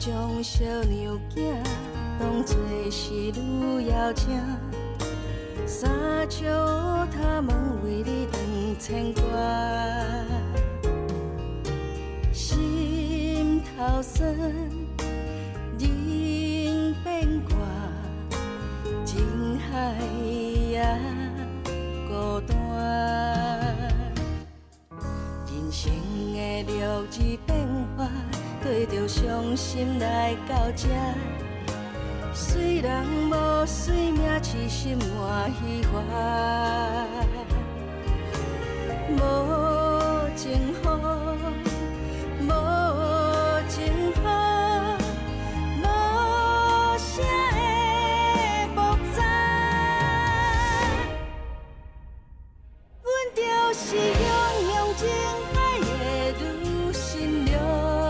将小娘囝当作是女妖精，三笑他们为你长牵挂，心头酸，人变卦，情海也孤单。人生的六字变化，对着伤心来到这。虽然无水命，痴心换虚华，无情雨，无情雨，无声的木栅，阮就是永永情海的女新娘，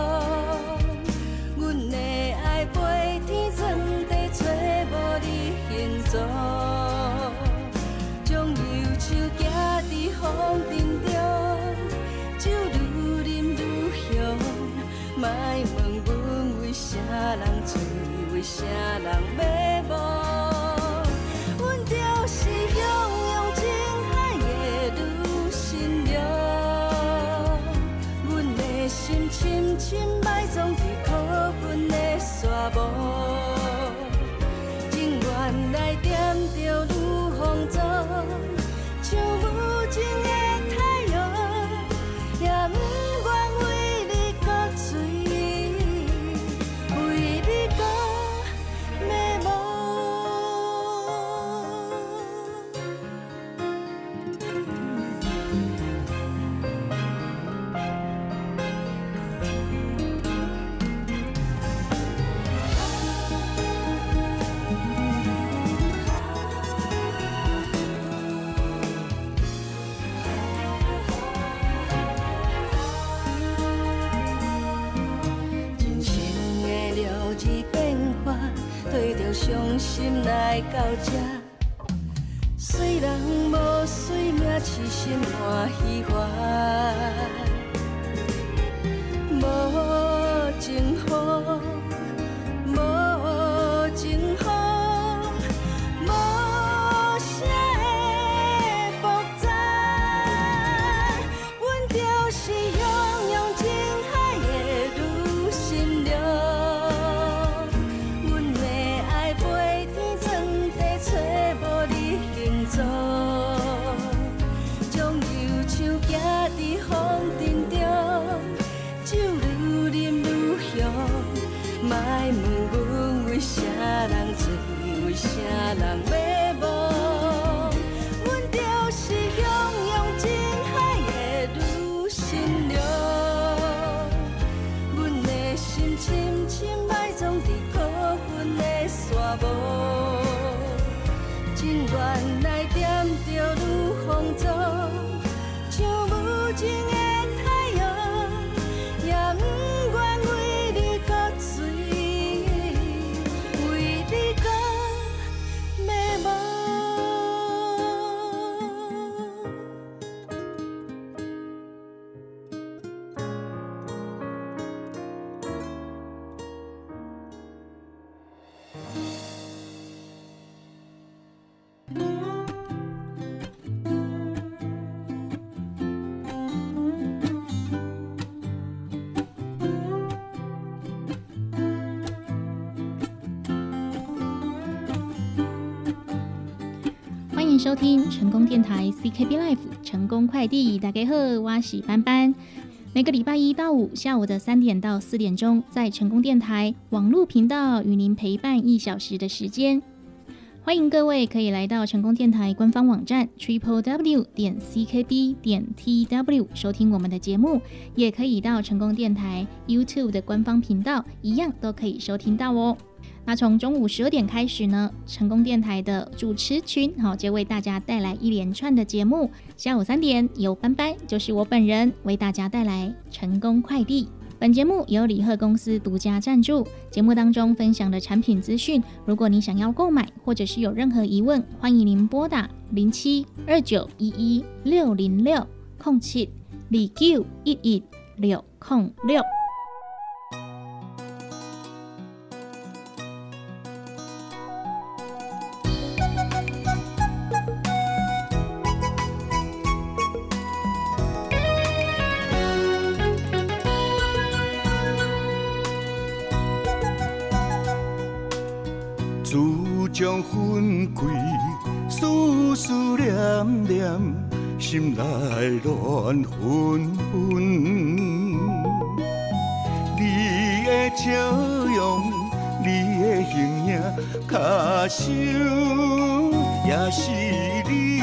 阮的爱飞天钻地找无你形状，将忧愁行伫风尘中，酒愈饮愈香，莫问阮为啥人醉，为啥人要忘，阮就是永永情海的女新娘，阮的心深深埋葬伫苦困的沙漠，情愿来点着愈风霜，像无情的太阳，也不愿为你搁醉，为你搁迷茫。对着伤心来到这，虽然无水命，痴心换虚华，无情雨，无情雨，无声的木栅，阮就是永永情海的女新娘。将忧愁行伫风尘中，酒愈饮愈香，莫问阮为啥人醉，为啥人要忘，阮就是永永情海的女新娘，阮的心深深埋葬伫苦困的沙漠，情愿来点着愈风霜，像无情的太阳，也不愿为你搁醉，为你搁迷茫。 欢迎收听成功电台 CKB Life 成功快递，大家好，我是班班。每个礼拜一到五下午的3点到4点钟，在成功电台网络频道与您陪伴1小时的时间。欢迎各位可以来到成功电台官方网站 www.ckb.tw 收听我们的节目，也可以到成功电台 YouTube 的官方频道，一样都可以收听到哦。那从中午12点开始呢，成功电台的主持群就为大家带来一连串的节目。下午3点由班班，就是我本人为大家带来成功快递。本节目由礼贺公司独家赞助，节目当中分享的产品资讯，如果你想要购买或者是有任何疑问，欢迎您拨打0729116060 0729116060。 将分开，思思念念，心内乱纷纷。你的笑容，你的形影，脚手也是你。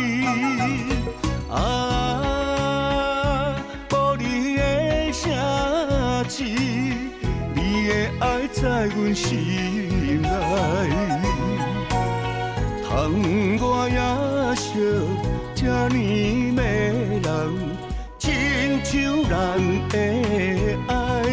啊，无你的城市，你的爱在阮心内。窗外夜色，这呢迷人，亲像咱的爱。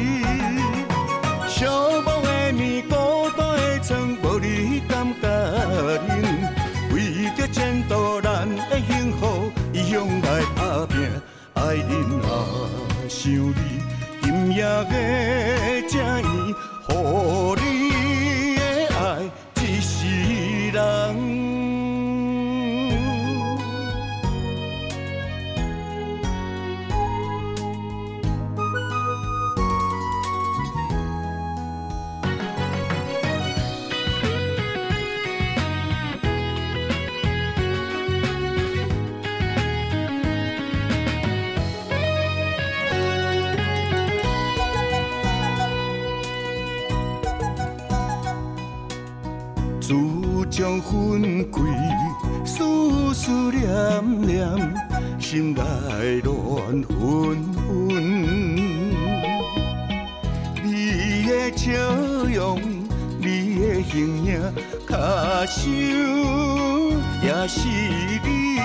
寂寞的暝，孤单的床，无你甘甲忍。为着前途咱的幸福，伊向来打拼。爱恁啊，想你，今夜的正圆，予你的爱一世人。自将分开，思思念念，心内乱纷纷。你的笑容，你的形影，脚手也是你。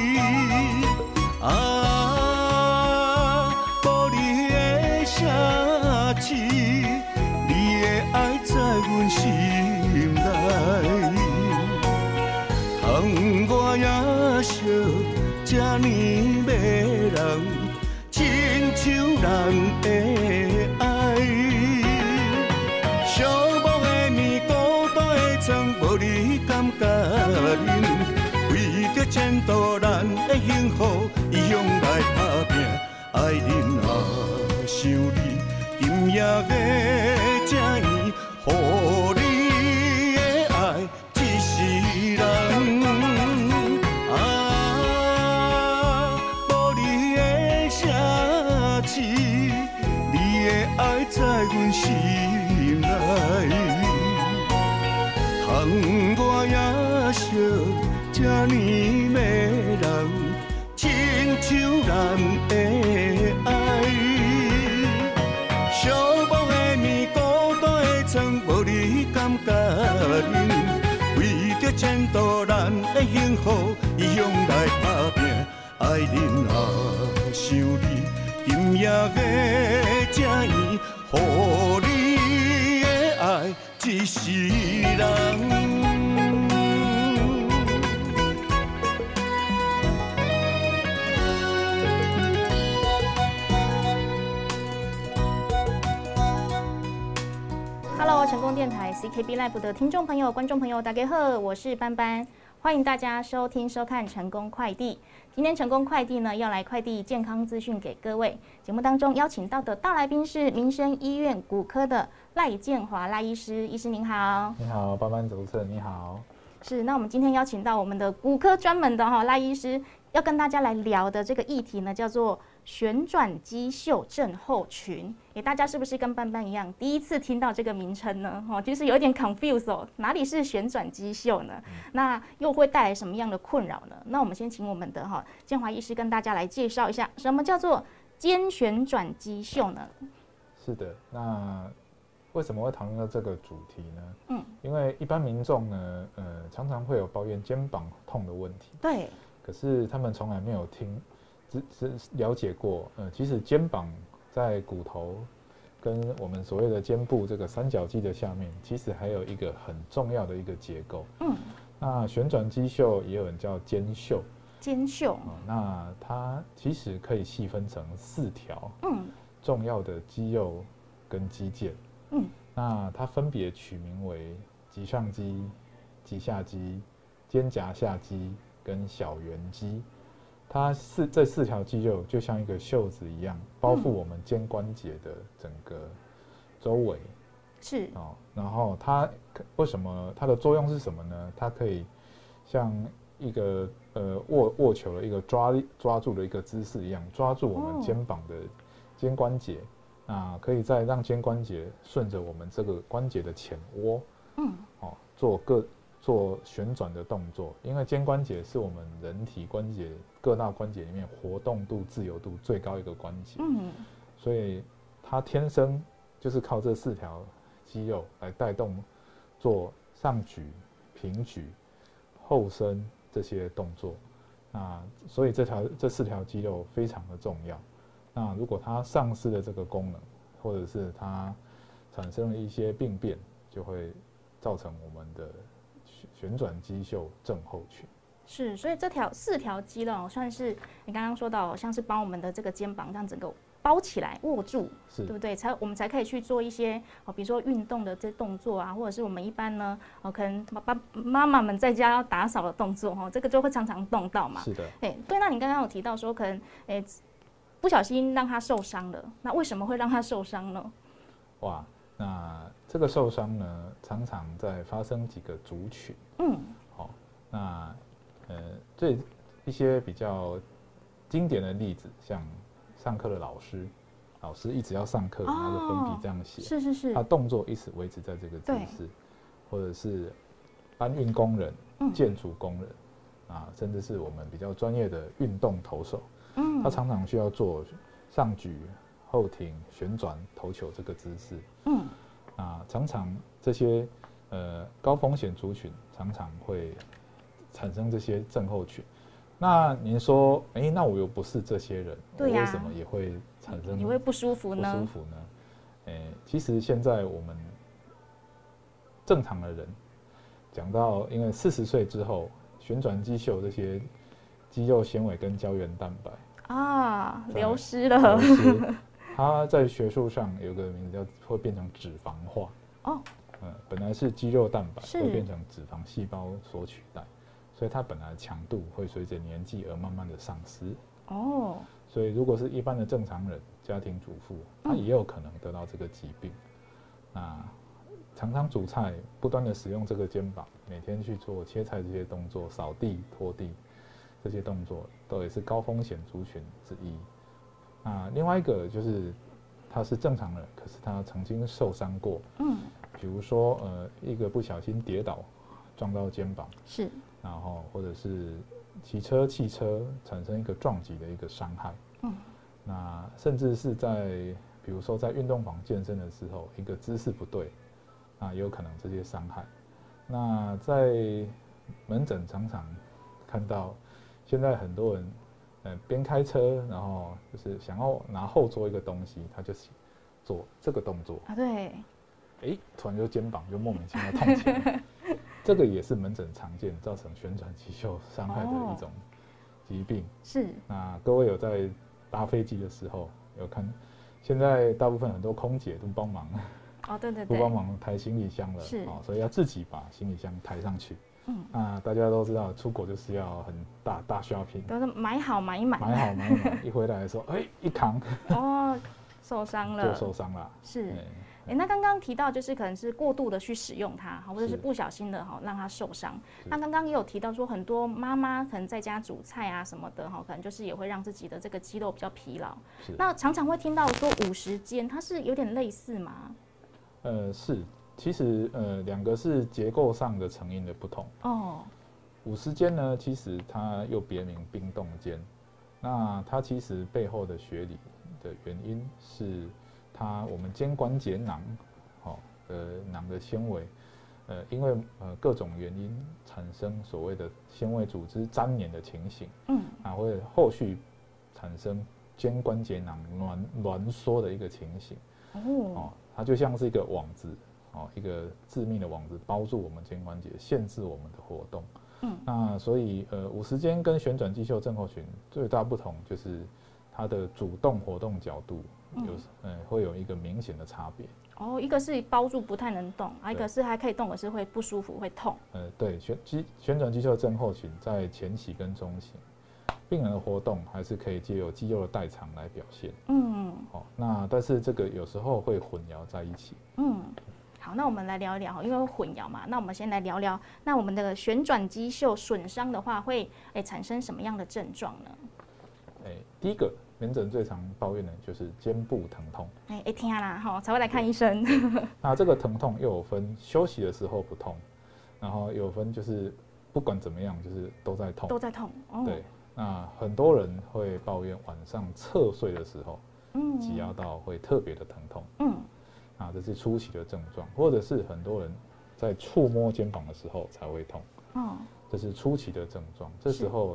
啊，无你的城市，你的爱在阮心内。窗外夜色，这呢迷人，亲像咱的爱。寂寞的暝，孤单的床，无你甘甲忍。为着前途咱的幸福，伊向来打拼。爱恁啊，想你，今夜的正圆，予你的爱一世人。啊，无你的城市，你的爱在阮心内。窗外夜色，这呢迷人，亲像咱的爱。寂寞的暝，孤单的床，无你甘甲忍。为着前途咱的幸福，伊向来打拼。爱恁啊，想你，今夜的正圆，予你的爱一世人。 Hello， 成功电台 CKB Life 的听众朋友、观众朋友，大家好，我是班班，欢迎大家收听收看成功快递。今天成功快递呢要来快递健康资讯给各位。节目当中邀请到的大来宾是民生医院骨科的赖建华赖医师，医师您好。 你好，班班主持人你好。 是，那我们今天邀请到我们的骨科专门的赖医师，要跟大家来聊的这个议题呢，叫做旋转肌袖症候群。大家是不是跟班班一样，第一次听到这个名称呢？其实有点 confuse 哦，哪里是旋转肌袖呢？那又会带来什么样的困扰呢？那我们先请我们的建华医师跟大家来介绍一下，什么叫做肩旋转肌袖呢？ 是的，那为什么会讨论到这个主题呢？因为一般民众呢，常常会有抱怨肩膀痛的问题。 对。 可是他们从来没有只了解过，其实肩膀在骨头跟我们所谓的肩部这个三角肌的下面，其实还有一个很重要的一个结构。那旋转肌袖也有人叫肩袖。 肩袖。 那它其实可以细分成4条。重要的肌肉跟肌腱。那它分别取名为棘上肌、棘下肌、肩胛下肌跟小圆肌。它这4条肌肉就像一个袖子一样，包覆我们肩关节的整个周围。 是然后它为什么它的作用是什么呢？它可以像一个握球的一个抓住的一个姿势一样，抓住我们肩膀的肩关节，可以再让肩关节顺着我们这个关节的前窝，做旋转的动作。因为肩关节是我们人体关节各大关节里面活动度、自由度最高一个关节，所以它天生就是靠这4条肌肉来带动做上举、平举、后伸这些动作。所以这4条肌肉非常的重要。那如果它丧失了这个功能，或者是它产生了一些病变，就会造成我们的旋转肌袖症候群。 是，所以这4条肌肉算是你刚刚说到，像是帮我们的这个肩膀这样整个包起来握住，对不对？我们才可以去做一些比如说运动的这动作啊，或者是我们一般呢可能妈妈们在家要打扫的动作这个就会常常动到嘛。 是的。 对，那你刚刚有提到说可能不小心让他受伤了，那为什么会让他受伤呢？ 哇，那这个受伤呢，常常在发生几个族群。那这一些比较经典的例子，像上课的老师一直要上课，拿着粉笔这样写，是，他动作一直维持在这个姿势，或者是搬运工人、建筑工人甚至是我们比较专业的运动投手，他常常需要做上举、后挺、旋转、投球这个姿势。常常这些高风险族群常常会产生这些症候群。那您说，那我又不是这些人，我为什么也会产生？ 你会不舒服呢？ 其实现在我们正常的人讲到，因为40岁之后，旋转肌袖这些肌肉纤维跟胶原蛋白流失了。 它在学术上有个名字叫会变成脂肪化。本来是肌肉蛋白会变成脂肪细胞所取代，所以它本来的强度会随着年纪而慢慢的丧失。所以如果是一般的正常人，家庭主妇，他也有可能得到这个疾病。常常煮菜，不断的使用这个肩膀，每天去做切菜这些动作，扫地、拖地这些动作，都也是高风险族群之一。另外一个就是他是正常人，可是他曾经受伤过。比如说一个不小心跌倒，撞到肩膀，是，然后或者是汽车产生一个撞击的一个伤害。那甚至是比如说在运动房健身的时候，一个姿势不对，也有可能这些伤害。那在门诊常常看到，现在很多人边开车，然后就是想要拿后座一个东西，他就做这个动作对， 突然就肩膀就莫名其妙痛起来。这个也是门诊常见，造成旋转肌袖伤害的一种疾病。 是。 那各位有在搭飞机的时候有看，现在大部分很多空姐都帮忙对， 不帮忙抬行李箱了，所以要自己把行李箱抬上去。大家都知道，出国就是要很大 shopping， 都是买好买满， 一回来的时候，一扛， 受伤了， 就受伤了。 是。那刚刚提到就是可能是过度的去使用它，或者是不小心的让它受伤。那刚刚也有提到说，很多妈妈可能在家煮菜啊什么的可能就是也会让自己的这个肌肉比较疲劳。那常常会听到说50肩，它是有点类似吗？ 是，其实两个是结构上的成因的不同。50肩呢，其实它又别名冰冻肩。那它其实背后的学理的原因是我们肩关节囊囊的纤维，因为各种原因产生所谓的纤维组织粘连的情形，会后续产生肩关节囊挛缩的一个情形。它就像是一个网子，一个致命的网子包住我们肩关节，限制我们的活动。那所以50肩跟旋转肌袖症候群最大不同就是它的主动活动角度会有一个明显的差别。 一个是包住不太能动，一个是还可以动，可是会不舒服会痛。 对，旋转肌袖症候群在前期跟中期，病人的活动还是可以借由肌肉的代偿来表现。那但是这个有时候会混淆在一起。 好，那我们来聊一聊，因为会混淆嘛，那我们先来聊聊，那我们的旋转肌袖损伤的话，会产生什么样的症状呢？ 第一个门诊最常抱怨的就是肩部疼痛。 听啦，才会来看医生。 那这个疼痛又有分休息的时候不痛，然后有分就是不管怎么样就是都在痛。 都在痛。 对，那很多人会抱怨晚上侧睡的时候，挤压到会特别的疼痛。这是初期的症状，或者是很多人在触摸肩膀的时候才会痛。这是初期的症状。这时候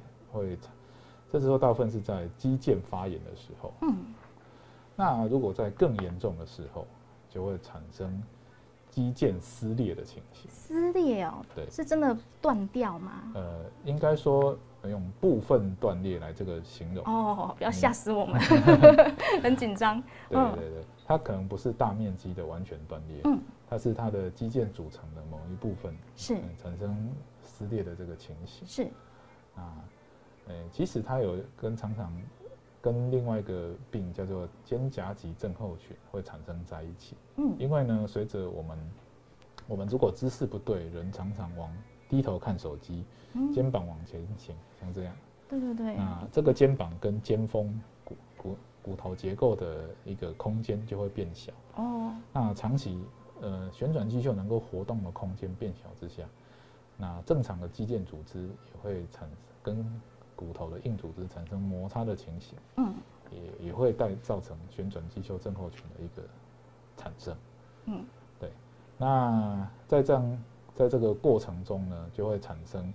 大部分是在肌腱发炎的时候。那如果在更严重的时候，就会产生肌腱撕裂的情形。 撕裂哦， 对， 是真的断掉吗？ 应该说用部分断裂来这个形容。 不要吓死我们，很紧张。 对，它可能不是大面积的完全断裂，它是它的肌腱组成的某一部分是产生撕裂的这个情形。是其实它有常常跟另外一个病叫做肩胛棘症候群会产生在一起。因为呢，随着我们如果姿势不对，人常常低头看手机，肩膀往前倾，像这样。对。那这个肩膀跟肩峰骨头结构的一个空间就会变小。那长期旋转肌袖能够活动的空间变小之下，那正常的肌腱组织也会跟骨头的硬组织产生摩擦的情形。也会造成旋转肌袖症候群的一个产生。对。那在这个过程中呢，就会产生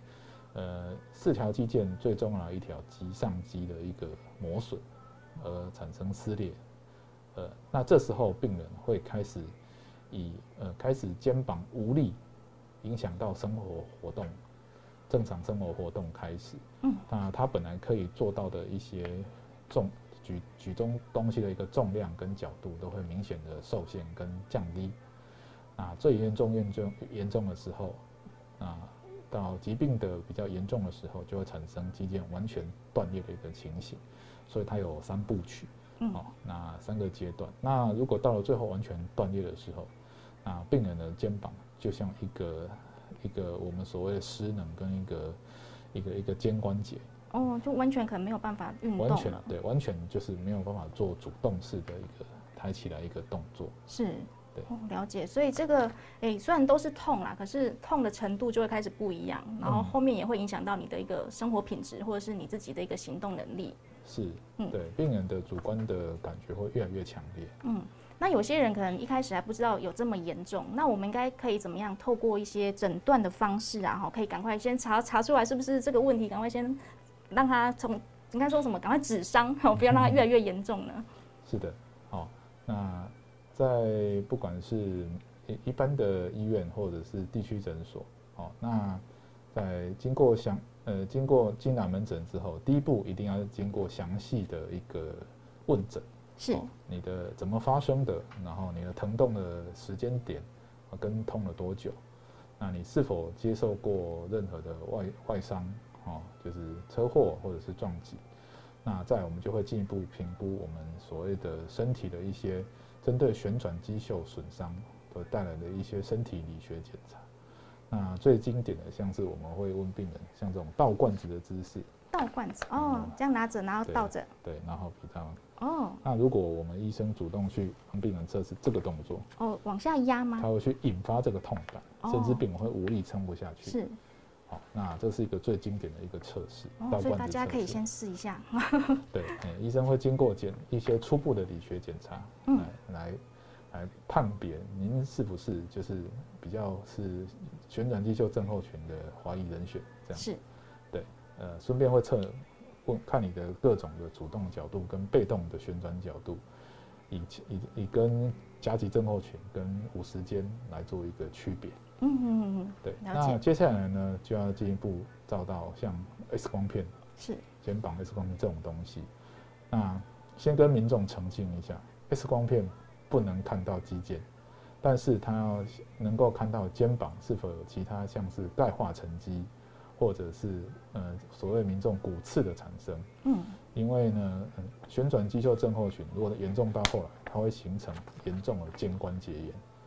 4条肌腱最重要的一条棘上肌的一个磨损，而产生撕裂。那这时候病人会开始肩膀无力，影响到生活活动，正常生活活动开始。那他本来可以做到的一些举重东西的一个重量跟角度都会明显的受限跟降低。最严重的时候，到疾病的比较严重的时候，就会产生肌腱完全断裂的一个情形。所以它有3部曲。那3个阶段。那如果到了最后完全断裂的时候，病人的肩膀就像一个我们所谓的失能跟一个肩关节。 就完全可能没有办法运动了。 完全就是没有办法做主动式的一个抬起来一个动作。是。对。 了解。所以这个虽然都是痛啦，可是痛的程度就会开始不一样，然后后面也会影响到你的一个生活品质，或者是你自己的一个行动能力。 是。对，病人的主观的感觉会越来越强烈。 那有些人可能一开始还不知道有这么严重，那我们应该可以怎么样透过一些诊断的方式可以赶快先查出来是不是这个问题，赶快先让他应该说什么，赶快止伤，不要让它越来越严重呢？ 是的。那在不管是一般的医院或者是地区诊所，那在经过经拿门诊之后，第一步一定要经过详细的一个问诊。是。你的怎么发生的，然后你的疼痛的时间点，跟痛了多久？那你是否接受过任何的外伤？就是车祸或者是撞击。那再来我们就会进一步评估我们所谓的身体的一些针对旋转肌袖损伤所带来的一些身体理学检查。那最经典的像是我们会问病人像这种倒罐子的姿势。 倒罐子这样拿着然后倒着。 对，然后比较那如果我们医生主动去帮病人测试这个动作， 往下压吗？ 它会去引发这个痛感，甚至病人会无力撑不下去。是。那这是一个最经典的一个测试， 所以大家可以先试一下。 对，医生会经过一些初步的理学检查，来判别您是不是就是比较是旋转肌袖症候群的怀疑人选，这样是。对，顺便会看你的各种的主动角度跟被动的旋转角度，以跟夹击症候群跟五十肩来做一个区别。对。那接下来呢，就要进一步照到像 X 光片，是肩膀 X 光片这种东西。那先跟民众澄清一下 ，X 光片不能看到肌腱，但是它要能够看到肩膀是否有其他像是钙化沉积，或者是所谓民众骨刺的产生。因为呢，旋转肌袖症候群如果严重到后来，它会形成严重的肩关节炎。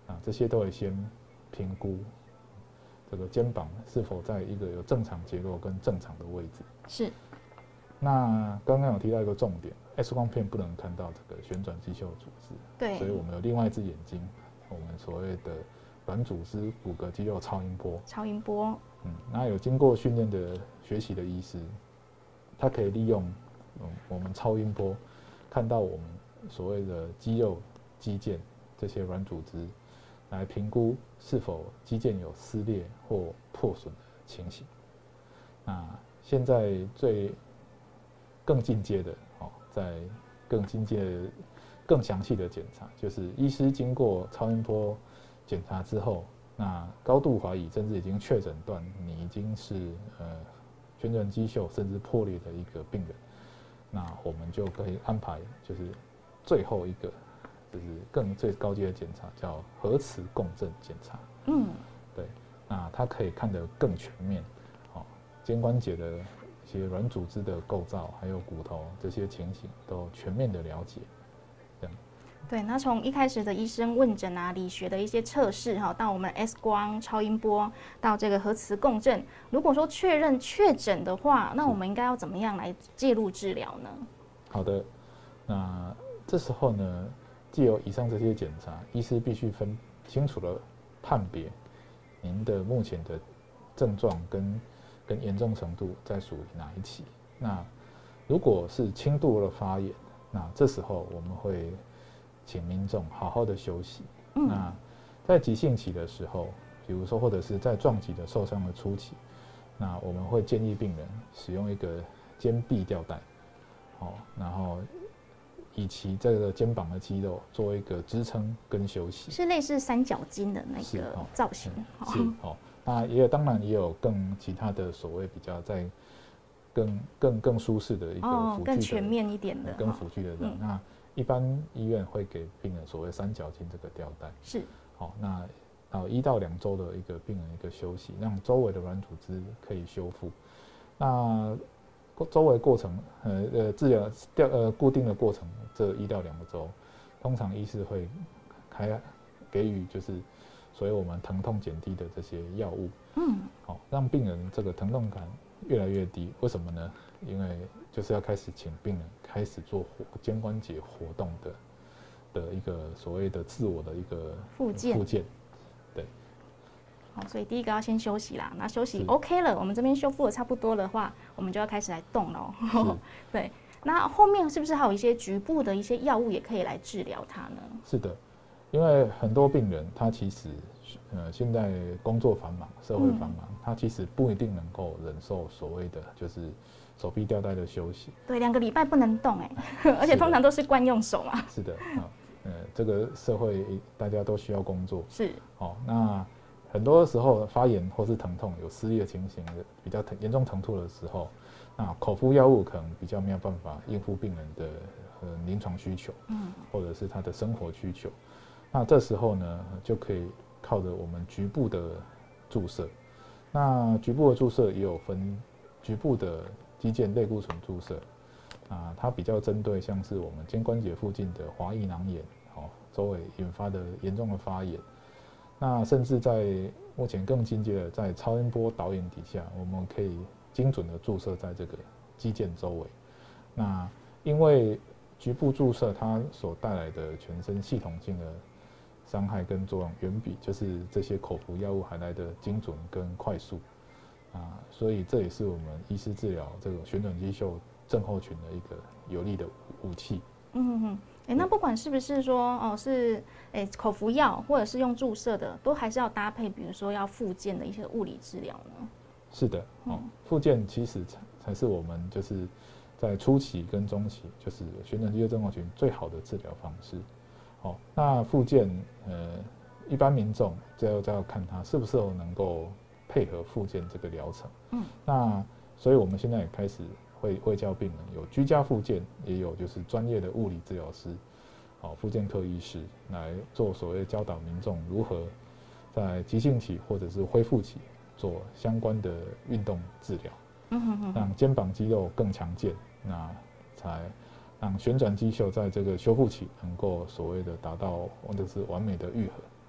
这些都会先评估这个肩膀是否在一个有正常结构跟正常的位置。 是。 那刚刚有提到一个重点 ，X 光片不能看到这个旋转肌袖组织， 对， 所以我们有另外一只眼睛，我们所谓的软组织骨骼肌肉超音波。 超音波， 那有经过训练的学习的医师，他可以利用我们超音波看到我们所谓的肌肉、肌腱这些软组织，来评估是否肌腱有撕裂或破损的情形。那现在更进阶的，在更进阶的、更详细的检查，就是医师经过超音波检查之后，那高度怀疑甚至已经确诊断你已经是旋转肌袖甚至破裂的一个病人，那我们就可以安排就是最后一个就是最高阶的检查，叫核磁共振检查。对，那它可以看得更全面，肩关节的一些软组织的构造，还有骨头这些情形都全面的了解。这样。 对，那从一开始的医生问诊啊、理学的一些测试到我们 X 光、超音波，到这个核磁共振，如果说确认确诊的话，那我们应该要怎么样来介入治疗呢？ 好的，那这时候呢，藉由以上这些检查，医师必须分清楚的判别您的目前的症状跟严重程度在属于哪一期。那如果是轻度的发炎，那这时候我们会请民众好好的休息。那在急性期的时候，比如说或者是在撞击的受伤的初期，那我们会建议病人使用一个肩臂吊带，然后以其这个肩膀的肌肉做一个支撑跟休息， 是类似三角巾的那个造型。 是那当然也有其他的所谓比较在更舒适的一个辅具的更全面一点的跟辅具的人。那一般医院会给病人所谓三角巾这个吊带。 是。 那1到2周的一个病人一个休息，让周围的软组织可以修复。那周围过程治疗固定的过程这1到2个周，通常医师会给予就是所以我们疼痛减低的这些药物，让病人这个疼痛感越来越低。为什么呢？因为就是要开始请病人开始做肩关节活动的一个所谓的自我的一个复健。对。 好，所以第一个要先休息啦。那休息 OK 了，我们这边修复的差不多的话，我们就要开始来动了。对。那后面是不是还有一些局部的一些药物也可以来治疗它呢？ 是的。因为很多病人他其实现在工作繁忙，社会繁忙，他其实不一定能够忍受所谓的就是手臂吊带的休息。 对，2个礼拜不能动而且通常都是惯用手嘛。 是的，这个社会大家都需要工作。 是。 那很多时候发炎或是疼痛有撕裂的情形比较严重疼痛的时候，那口服药物可能比较没有办法应付病人的临床需求，或者是他的生活需求。那这时候呢，就可以靠着我们局部的注射。那局部的注射也有分局部的肌腱类固醇注射，它比较针对像是我们肩关节附近的滑液囊炎，周围引发的严重的发炎。那甚至在目前更进阶的，在超音波导引底下，我们可以精准的注射在这个肌腱周围。那因为局部注射它所带来的全身系统性的伤害跟作用远比就是这些口服药物还来的精准跟快速所以这也是我们医师治疗这个旋转肌袖症候群的一个有力的武器。 那不管是不是说是口服药或者是用注射的，都还是要搭配，比如说要复健的一些物理治疗呢？ 是的，复健其实才是我们就是在初期跟中期，就是旋转肌袖症候群最好的治疗方式。那复健一般民众就要看他是不是能够配合复健这个疗程。那所以我们现在也开始会教病人有居家复健，也有就是专业的物理治疗师，复健科医师来做所谓教导民众如何在急性期或者是恢复期做相关的运动治疗，让肩膀肌肉更强健，那才让旋转肌袖在这个修复期能够所谓的达到或者是完美的愈合，这样。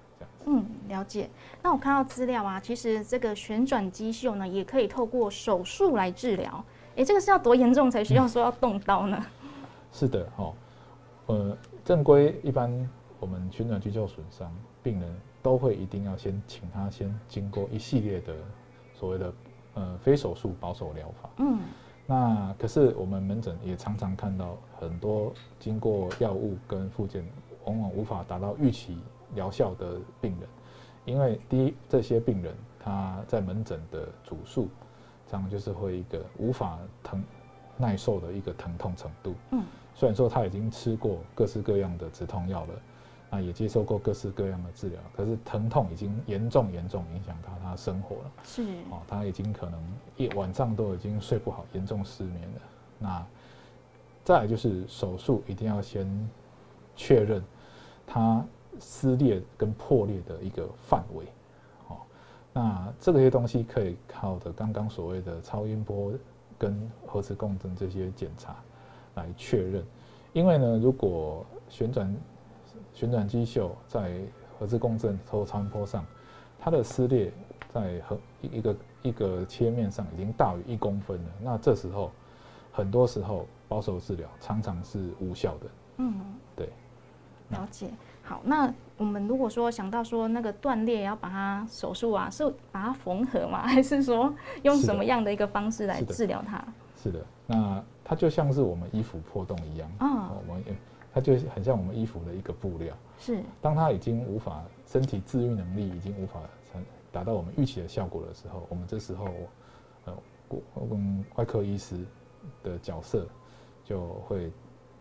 了解。那我看到资料啊，其实这个旋转肌袖呢，也可以透过手术来治疗。这个是要多严重才需要说要动刀呢？ 是的，正规一般我们旋转肌袖损伤，病人都会一定要请他先经过一系列的所谓的非手术保守疗法。那可是我们门诊也常常看到很多经过药物跟复健，往往无法达到预期疗效的病人，因为第一，这些病人他在门诊的主诉，常常就是会一个无法耐受的一个疼痛程度。虽然说他已经吃过各式各样的止痛药了，那也接受过各式各样的治疗，可是疼痛已经严重影响到他生活了。 是他已经可能一晚上都已经睡不好，严重失眠了。那再来就是手术一定要先确认它撕裂跟破裂的一个范围。那这些东西可以靠着刚刚所谓的超音波跟核磁共振这些检查来确认。因为呢，如果旋转肌袖在核磁共振或超音波上，它的撕裂在一个切面上已经大于1公分了，那这时候很多时候保守治疗常常是无效的。对， 了解。好，那我们如果说想到说那个断裂要把它手术啊，是把它缝合吗？还是说用什么样的一个方式来治疗它？ 是的，那它就像是我们衣服破洞一样，它就很像我们衣服的一个布料。 是， 当它已经无法身体自愈能力已经无法达到我们预期的效果的时候，我们这时候外科医师的角色就会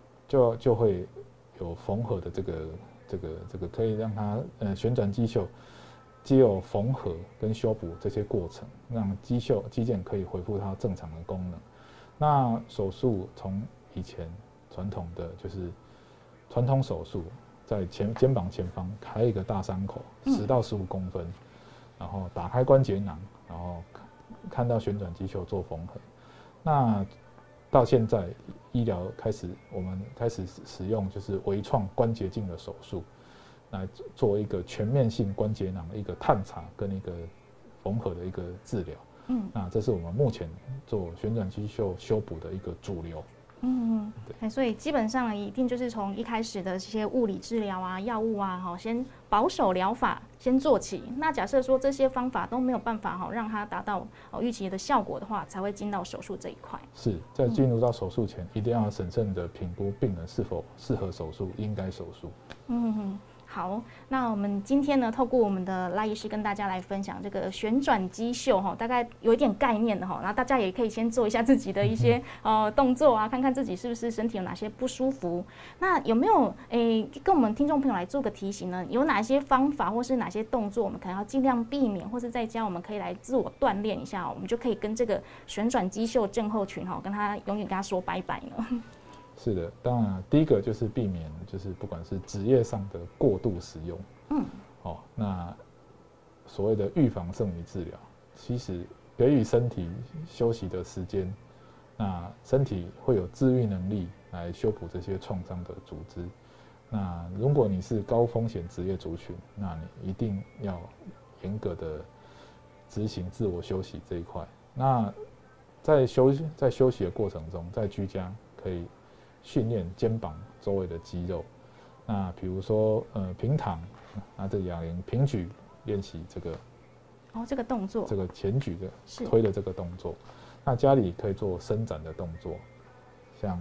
有缝合的这个可以让它旋转肌袖藉由缝合跟修补这些过程，让肌腱可以恢复它正常的功能。那手术从以前传统的就是传统手术，在肩膀前方开一个大伤口，10到15公分，然后打开关节囊，然后看到旋转肌袖做缝合。那到现在我们开始使用就是微创关节镜的手术，来做一个全面性关节囊的一个探查跟一个缝合的一个治疗。那这是我们目前做旋转肌袖修补的一个主流。 所以基本上一定就是从一开始的这些物理治疗啊、药物啊，先保守疗法先做起。那假设说这些方法都没有办法让它达到预期的效果的话，才会进到手术这一块。 是在进入到手术前，一定要审慎的评估病人是否适合手术，应该手术。 好，那我们今天呢，透过我们的赖医师跟大家来分享这个旋转肌袖大概有一点概念的然后大家也可以先做一下自己的一些动作啊，看看自己是不是身体有哪些不舒服。那有没有跟我们听众朋友来做个提醒呢？有哪些方法或是哪些动作我们可能要尽量避免，或是在家我们可以来自我锻炼一下，我们就可以跟这个旋转肌袖症候群跟他永远跟他说拜拜呢？ 是的，当然第一个就是避免，就是不管是职业上的过度使用。那所谓的预防胜于治疗，其实给予身体休息的时间，那身体会有自愈能力来修补这些创伤的组织。那如果你是高风险职业族群，那你一定要严格的执行自我休息这一块。那在休息的过程中，在居家可以训练肩膀周围的肌肉。那比如说平躺，拿着哑铃平举练习这个动作， 这个前举的推的这个动作。那家里可以做伸展的动作，像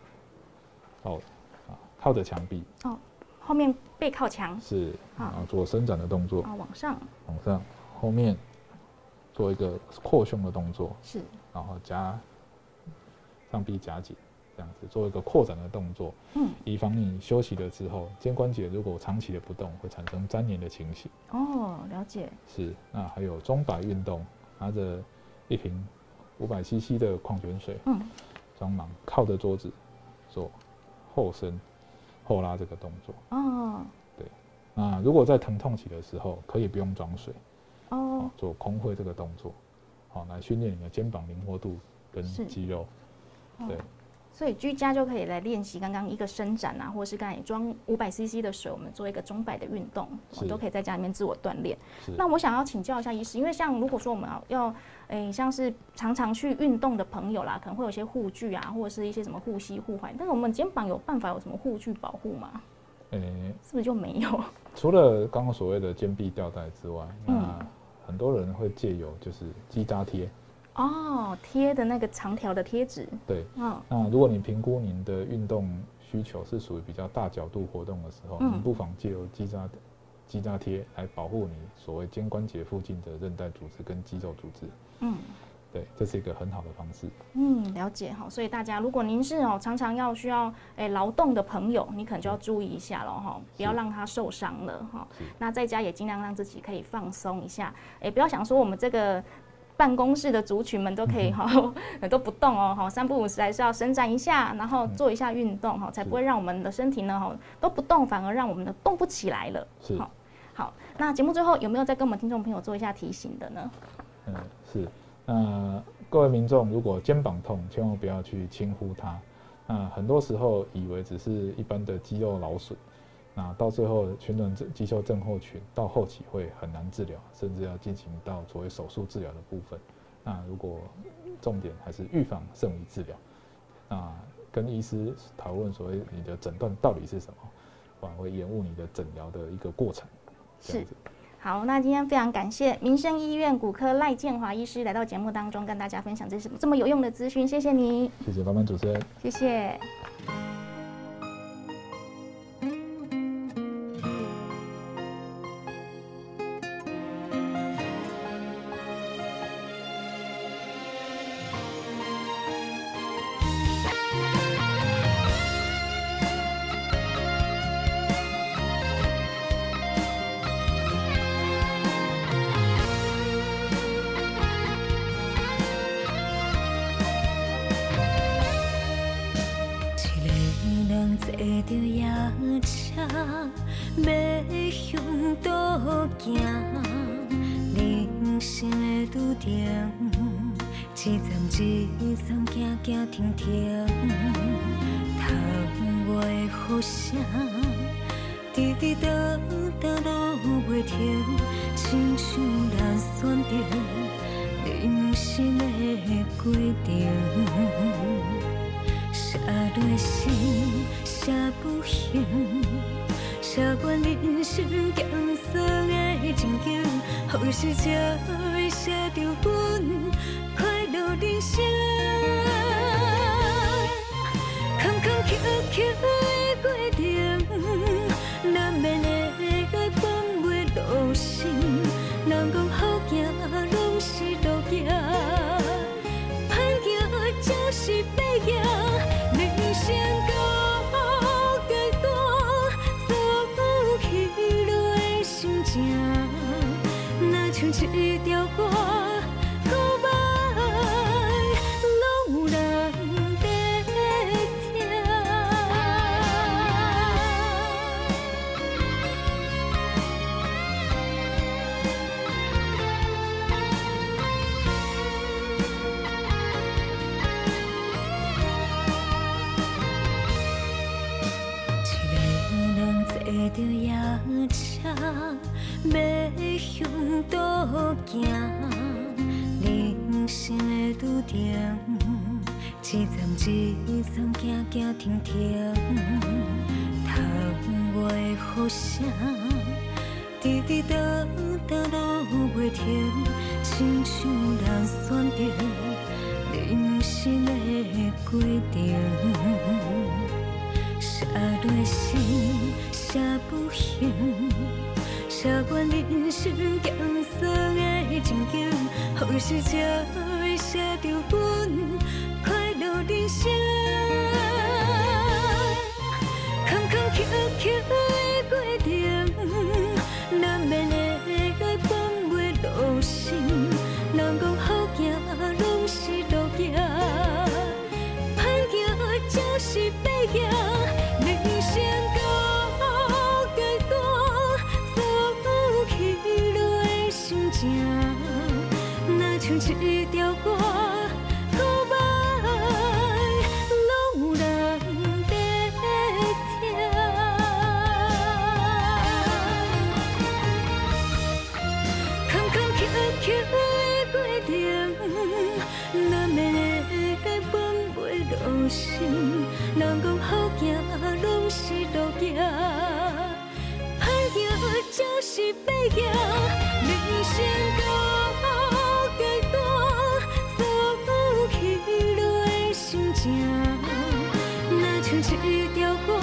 靠着墙壁， 后面背靠墙， 是，然后做伸展的动作， 往上， 后面做一个扩胸的动作， 是， 然后上臂夹紧。这样子做一个扩展的动作，以防你休息了之后，肩关节如果长期的不动，会产生粘连的情形。 了解。 是，那还有钟摆运动，拿着一瓶500cc 的矿泉水，装满，靠着桌子做后伸、后拉这个动作。对。那如果在疼痛期的时候，可以不用装水，做空挥这个动作，来训练你的肩膀灵活度跟肌肉。对。 所以居家就可以来练习刚刚一个伸展啊，或者是刚才装500cc 的水，我们做一个钟摆的运动，都可以在家里面自我锻炼。那我想要请教一下医师，因为像如果说我们要像是常常去运动的朋友啦，可能会有一些护具啊，或者是一些什么护膝、护踝，但是我们肩膀有办法有什么护具保护吗？是不是就没有？除了刚刚所谓的肩臂吊带之外，那很多人会借由就是肌扎贴。 贴的那个长条的贴纸。 对，那如果你评估您的运动需求是属于比较大角度活动的时候，你不妨借由肌扎贴来保护你所谓肩关节附近的韧带组织跟肌肉组织。对，这是一个很好的方式。 了解哈。所以大家，如果您是常常需要劳动的朋友，你可能就要注意一下了哈，不要让他受伤了哈。那在家也尽量让自己可以放松一下，不要想说我们这个办公室的族群们都可以都不动3不5时还是要伸展一下，然后做一下运动才不会让我们的身体呢都不动，反而让我们的动不起来了。好，那节目最后有没有再跟我们听众朋友做一下提醒的呢？ 是。各位民众，如果肩膀痛，千万不要去轻忽它。很多时候以为只是一般的肌肉劳损，那到最后旋转肌袖症候群到后期会很难治疗，甚至要进行到所谓手术治疗的部分。那如果重点还是预防胜于治疗，那跟医师讨论所谓你的诊断到底是什么，反而会延误你的诊疗的一个过程。 是。好，那今天非常感谢民生医院骨科赖建华医师来到节目当中，跟大家分享这么有用的资讯，谢谢你。 谢谢老板主持人。 谢谢。 坐着夜车，要向倒行。人生的路程，一站一站行行停停。窗外的雨声，滴滴答答落袂停，亲像咱选择人生的过程。写落心，写不行，写完人生艰涩的情景，好时才会写着阮快乐人生。坎坎坷坷的过程，难免会来放袂落心。人讲好行拢是路行，歹行就是歹行。人生到阶段，走起落的心情，若像一条歌，古板拢有人在听。坐着夜车，要向倒行。人生的路程，一站一站行行停停。窗外的雨声，滴滴答答落袂停，亲像咱选择人生的过程。写落心，写不行，写完人生艰涩的情景，好时才会写着阮快乐人生。坎坎坷坷的过程，难免会来放袂落心。人讲好行拢是路行，歹行就是歹行。人生到阶段，走起落的心情，若像一条歌，古板拢有人讲好行拢是路行，歹行就是歹行，人生到阶段走起落的心情，若像一条歌。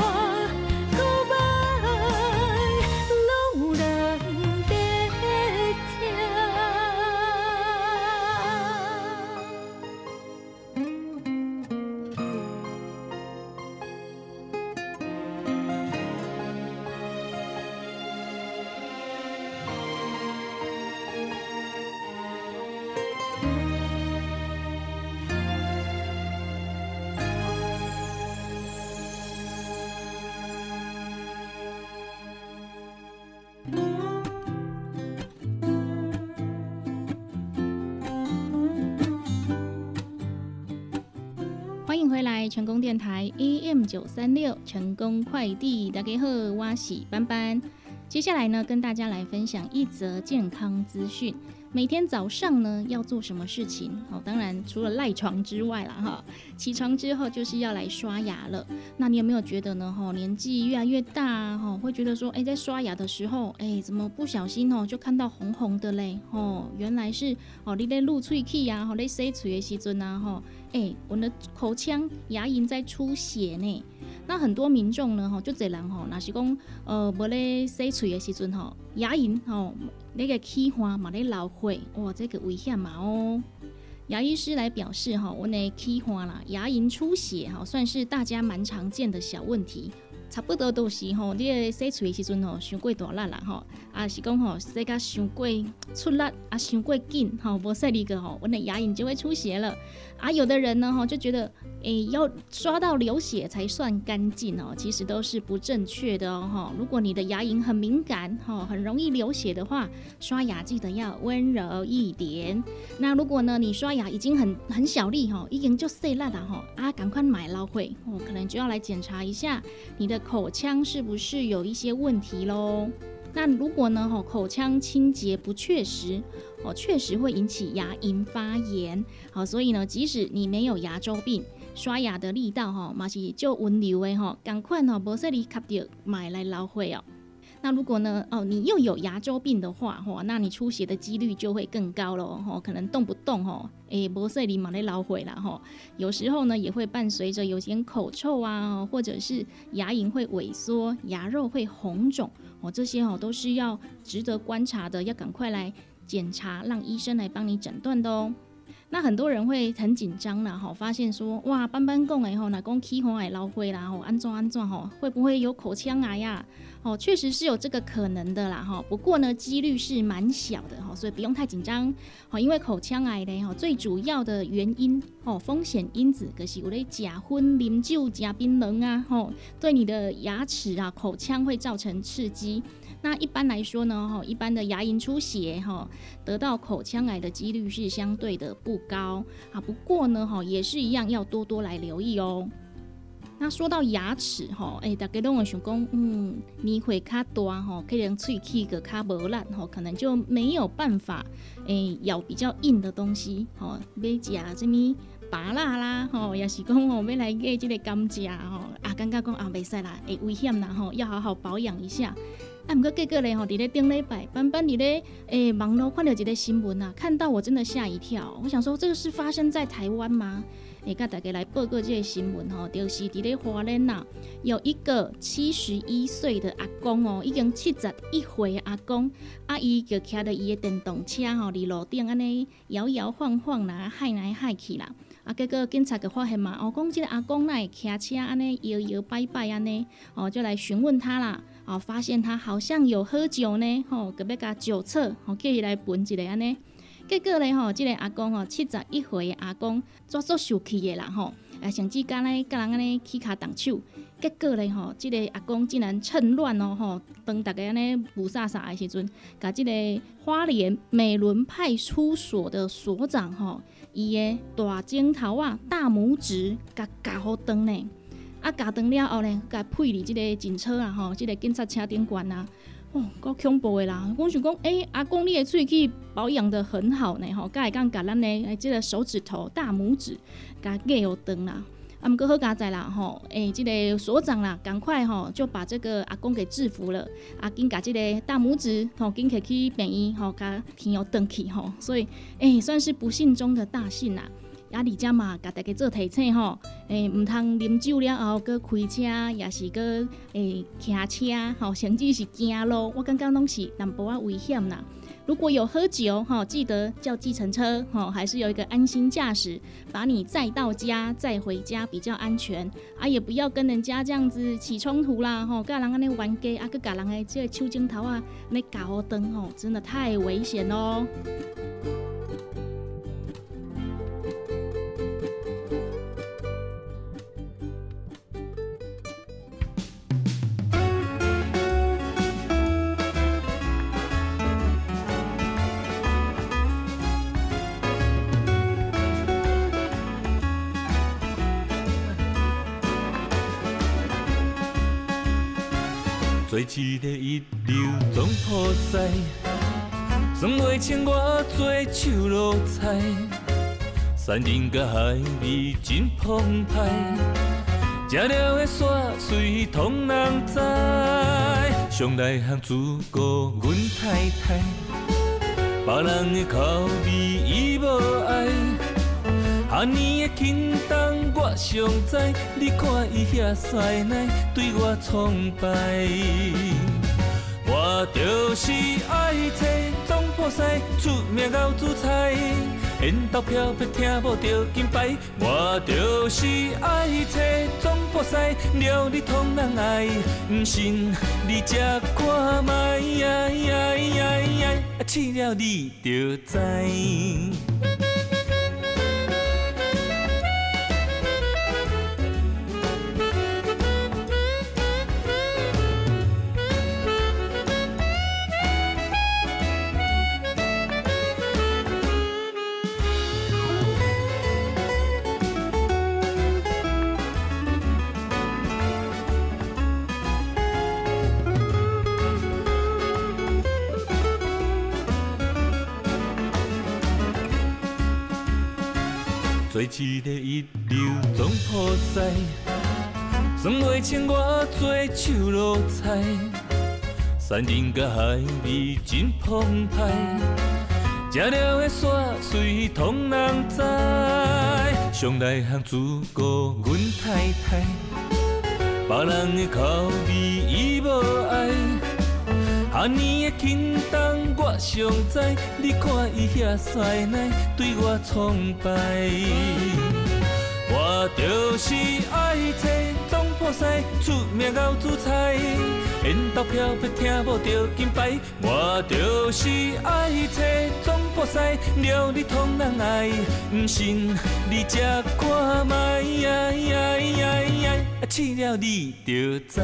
欢迎回来，成功电台 AM936 成功快递，大家好，我是班班。接下来呢，跟大家来分享一则健康资讯。每天早上呢要做什么事情？当然除了赖床之外啦哈，起床之后就是要来刷牙了。那你有没有觉得呢？年纪越来越大会觉得说，在刷牙的时候，怎么不小心就看到红红的嘞？原来是你在露喙齿啊，在洗嘴的时阵啊，我的口腔牙龈在出血呢。那很多民众呢，就这人若是讲无咧洗嘴的时阵牙龈那个气花嘛咧流血，哇，这个危险嘛哦。牙医师来表示我的气花啦，牙龈出血算是大家蛮常见的小问题。差不多都是你在洗嘴的时阵伤过大力啦是讲洗甲伤过出力伤过紧无洗力个我的牙龈就会出血了有的人呢就觉得要刷到流血才算干净其实都是不正确的如果你的牙龈很敏感很容易流血的话，刷牙记得要温柔一点。那如果呢你刷牙已经很小力已经就细力了赶快买老会可能就要来检查一下你的口腔是不是有一些问题咯。那如果呢口腔清洁不确实确实会引起牙龈发炎所以呢即使你没有牙周病，刷牙的力道嘛是就温柔的赶快无说你卡到买来捞会那如果呢你又有牙周病的话那你出血的几率就会更高咯可能动不动无说你嘛咧流血啦有时候呢也会伴随着有些口臭啊，或者是牙龈会萎缩，牙肉会红肿这些都是要值得观察的，要赶快来检查，让医生来帮你诊断的哦。那很多人会很紧张啦发现说哇，班班讲的若讲起花会流血啦安怎会不会有口腔癌啊确实是有这个可能的啦不过呢几率是蛮小的所以不用太紧张因为口腔癌呢最主要的原因风险因子就是有咧吃薰、啉酒、吃槟榔啊对你的牙齿啊口腔会造成刺激。那一般来说呢一般的牙龈出血得到口腔癌的几率是相对的不高不过呢也是一样要多多来留意哦。那说到牙齿大家都会想说年岁较大可能喙齿个较无力可能就没有办法咬比较硬的东西要吃什么芭乐啦也是讲要来买这个甘蔗感觉讲袂使啦，会危险啦要好好保养一下。不过结果咧伫咧顶礼拜班班伫咧网络看到一个新闻看到我真的吓一跳。我想说这个是发生在台湾吗？跟大家来报告这个新闻就是伫咧花莲有一个71岁的阿公已经71岁的阿公他就骑着伊的电动车伫路顶安尼摇摇晃晃啦，害来害去啦。结果警察就发现嘛，讲这个阿公哪会骑车安尼摇摇摆摆安尼就来询问他啦。发现他好像有喝酒呢，就要甲酒测，叫伊来闻一下安尼。结果咧这个阿公71岁的阿公抓作受气的啦甚至甲人安尼起骹动手。结果咧这个阿公竟然趁乱当大家安尼雾煞煞的时阵，甲这个花莲美仑派出所的所长伊的大指头大拇指甲好断呢。夹断了后呢，甲配伫这个警车这个警察车顶管够恐怖的啦！我想讲，阿公你的喙齿保养得很好呢，才会讲甲咱的这个手指头大拇指甲割断啦。 不过好佳哉啦吼，这个所长啦，赶快吼就把这个阿公给制服了，紧把这个大拇指吼紧摕去病院吼，甲天要登去吼，所以算是不幸中的大幸啦。而且嘛，甲大家做提醒吼，唔通啉酒了后，搁开车，也是搁骑车吼，甚至是行路，我感觉拢是淡薄仔危险啦。如果有喝酒哈，记得叫计程车哈，还是有一个安心驾驶，把你载到家，载回家比较安全啊，也不要跟人家这样子起冲突啦哈，跟人安尼玩家啊，跟人的这个手镜头啊，那搞灯哦，真的太危险哦。 做一个一流总菩萨，算袂清我做手路菜，山林甲海味真澎湃，食了的煞水通人知，上内行自顾阮太太，别人的口味伊无爱。阿年的轻重我尚知，你看伊遐师奶对我崇拜。我就是爱找总菩萨，出名熬煮菜，缘投漂泊听无着金牌。我就是爱找总菩萨，料理通人爱，不信你食看卖，试了你就知。做一个一流总菩萨，算袂清我做手路菜，山林甲海味真澎湃，食了的煞水通人知，上内行自顾阮太太，别人的口味伊无爱。阿年的轻重我尚知，你看伊遐师奶对我崇拜。我就是爱找总菩萨，出名熬煮菜，缘投漂泊听无着金牌。我就是爱找总菩萨，料理通人爱，不信你食看卖，试了你就知。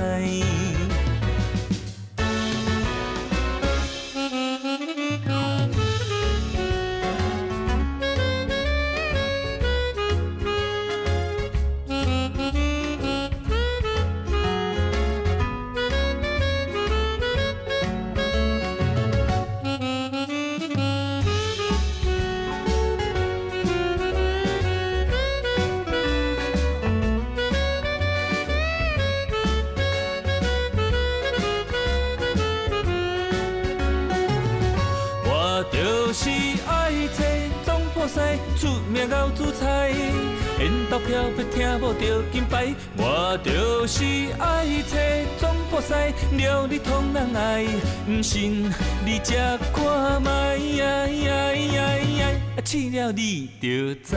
出名熬煮菜，缘投漂泊听无着金牌。我就是爱找总菩萨，料理通人爱，不信你食看卖，试了你就知。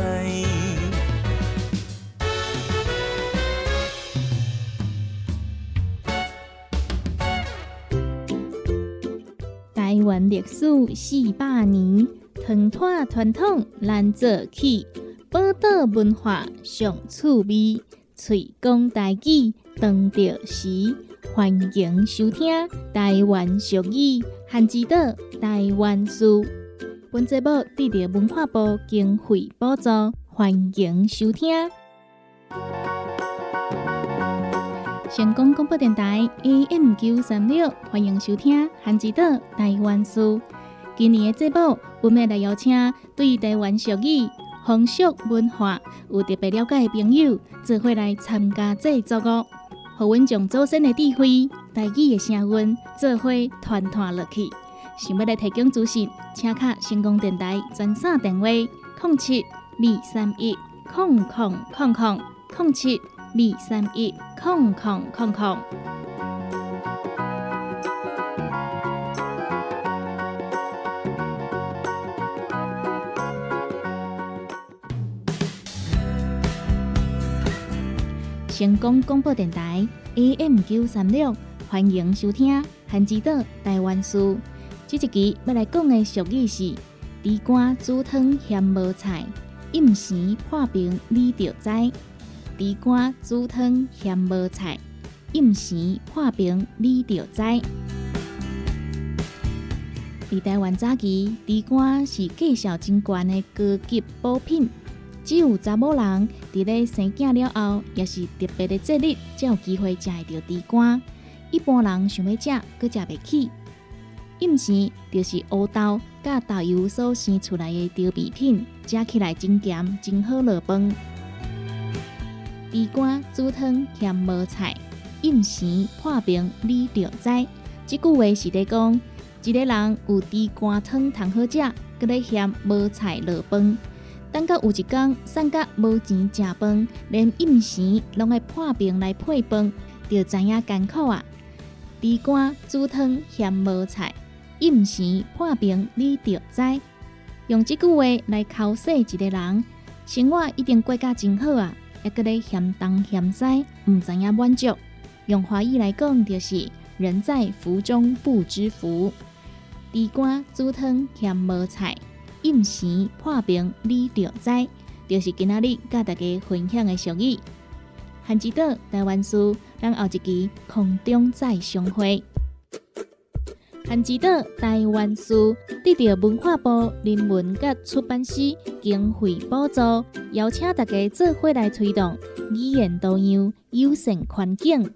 台湾历史400年。团团传统咱做起，宝岛文化上趣味，嘴讲台语当着时。欢迎收听台湾俗语汉之岛台湾事。本节目得到文化部经费补助，欢迎收听。成功广播电台 AM936，欢迎收听汉之岛台湾事。今年的节目，我们来邀请对台湾俗语风俗文化有特别了解的朋友，做伙来参加制作哦。互阮将祖先的智慧、台语的声韵，做伙传传落去。想要来提供资讯，请卡成功电台专线电话07-231-000007-231-0000。成功广播电台 AM936，欢迎收听韩之岛台湾事。这一期要来讲的俗语是：猪肝煮汤嫌无菜，饮时破病你就知。猪肝煮汤嫌无菜，饮时破病你就知。伫台湾早期，猪肝是价值真高的高级补品。只有查某人伫咧生囝了后，也是特别的节日，才有机会食会到猪肝。一般人想要食，阁食袂起。饮时就是乌豆甲豆油所生出来的调味品，食起来真咸，真好落饭。猪肝煮汤嫌无菜，饮时破病你就知。这句话是咧讲，一个人有猪肝汤通好食，阁咧嫌无菜落饭。等到有一天，瘦到无钱食饭，连饮时拢会破病来配饭，就知影艰苦啊！猪肝煮汤嫌无菜，饮时破病你就知。用这句话来考试一个人，生活一定过甲真好啊，还搁咧嫌东嫌西，唔知影满足。用华语来讲，就是人在福中不知福。猪肝煮汤嫌无菜，饮时破病你就知，就是今仔日甲大家分享的俗语。韩之岛台湾事，咱后一期空中再相会。韩之岛台湾事得到文化部人文甲出版司经费补助，邀请大家做伙来推动语言多样、友善环境。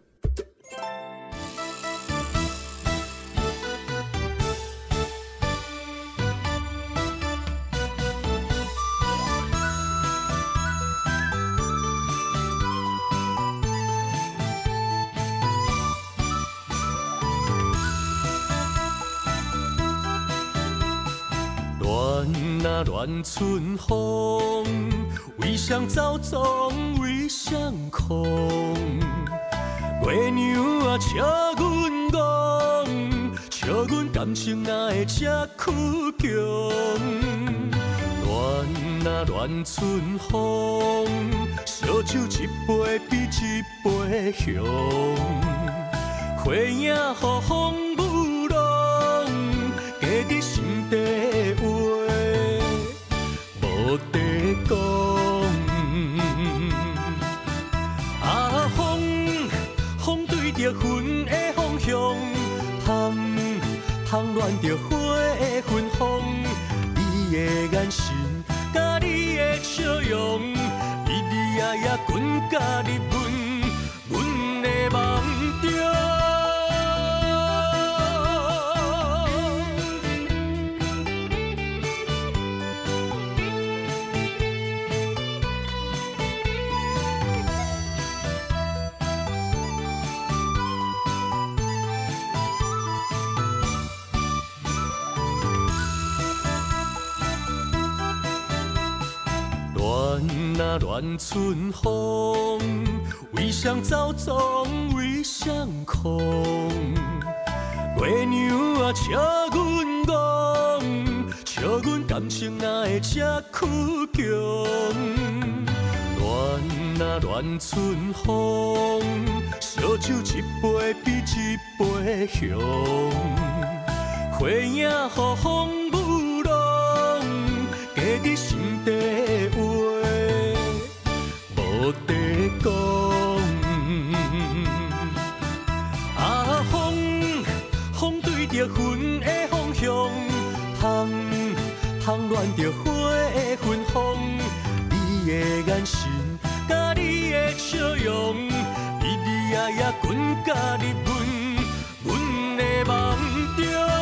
乱春风，为谁走总为谁空？月娘啊，笑阮戆，笑阮感情哪会这苦强？乱春风，烧酒一杯比一杯香，花影予风舞弄，加伫心底话。无地讲，啊风对着云的方向，窗乱着花的芬芳。你的眼神，甲你的笑容，日夜夜滚甲入阮的梦中。乱春风，为谁走总为谁空？月娘啊，笑阮戆，笑阮感情哪会这苦强？乱春风，烧酒一杯比一杯香，花影予风舞弄，加伫心底话。无地讲，啊风对着云的方向，窗乱着花的芬芳。你的眼神，甲你的笑容，日夜夜滚甲入阮的梦中。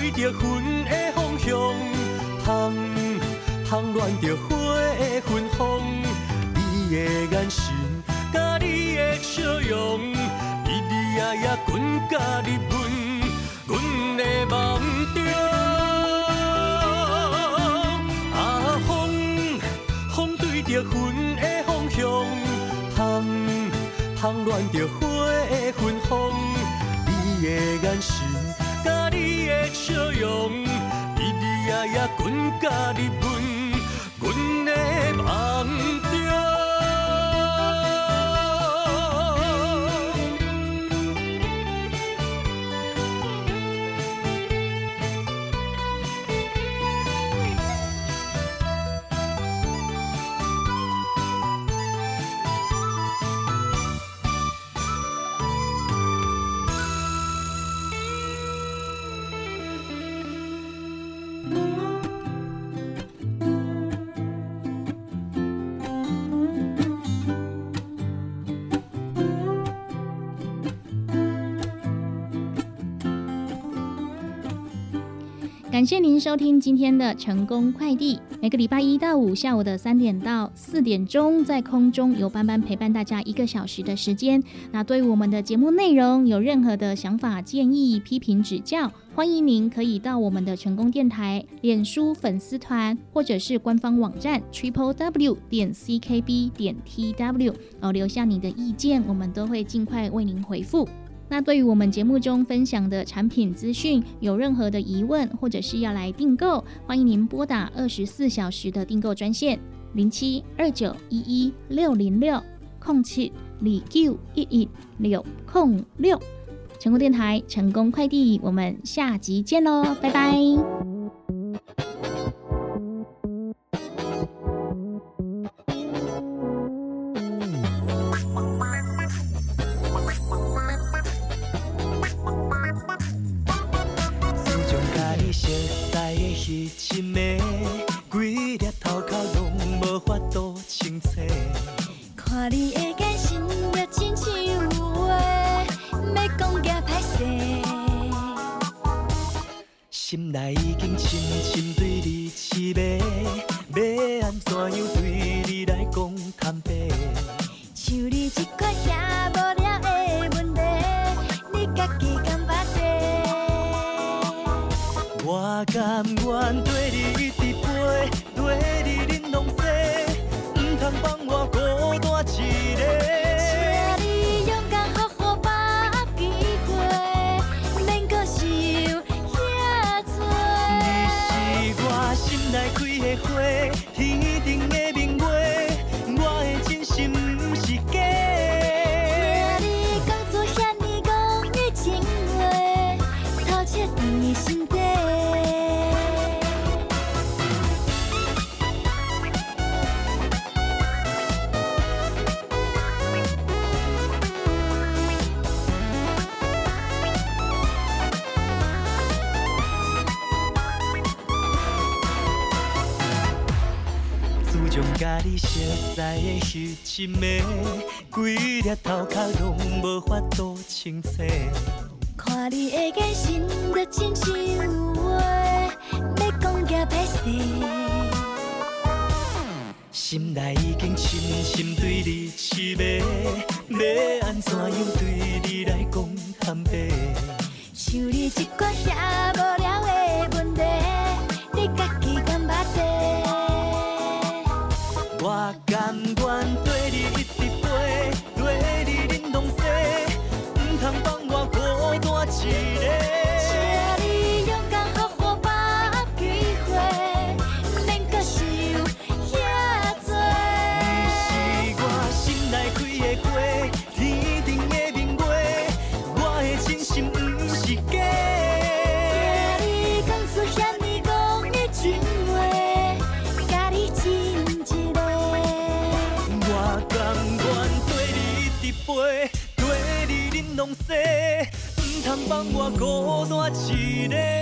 对着云的方向，香恋着花的芬芳。你的眼神，甲你的笑容，日日夜夜阮甲你问，阮的梦中。啊，风对着云的方向，香恋着花的芬芳。你的眼神，甲你的笑容，日日夜夜阮甲你问，阮的梦中。 感谢您收听今天的成功快递。每个礼拜一到五下午的3点到4点钟，在空中由班班陪伴大家1个小时的时间。那对于我们的节目内容有任何的想法、建议、批评指教，欢迎您可以到我们的成功电台脸书粉丝团，或者是官方网站 www.ckb.tw 留下你的意见，我们都会尽快为您回复。那对于我们节目中分享的产品资讯，有任何的疑问或者是要来订购，欢迎您拨打24小时的订购专线07291160600729116006。成功电台成功快递，我们下集见喽，拜拜。 迄阵的规粒头壳拢无法度清楚， 看你的眼神也亲像有话，要讲也歹势。 心内已经深深对你痴迷，要安怎样对你来讲坦白？ 像你这款遐无聊的问题，你家己敢捌地？ 我甘愿跟你一直陪，跟你忍拢西，唔通放我孤单一个。 请你勇敢好好把握机会，免搁想遐多。 你是我心内开的花，天顶的明月，我的真心不是假。 听你讲出遐尼讲的情话，透彻伫心底。 甲你熟悉的迄阵的规粒头壳拢无法度清楚， 看你的眼神就亲像有话，要讲也歹势。 心内已经深深对你痴迷，要安怎样对你来讲坦白？ 像你这款遐无聊的问题，你家己敢捌地？ 我甘愿跟你一直陪，跟你忍拢西，唔通放我孤单一个。 请你勇敢好好把握机会，免搁想遐多。 你是我心内开的花，天顶的明月，我的真心不是假。 听你讲出遐尼讲的情话，甲你亲一个。 我甘愿跟你一直陪，跟你忍拢西，唔通放我孤单一个。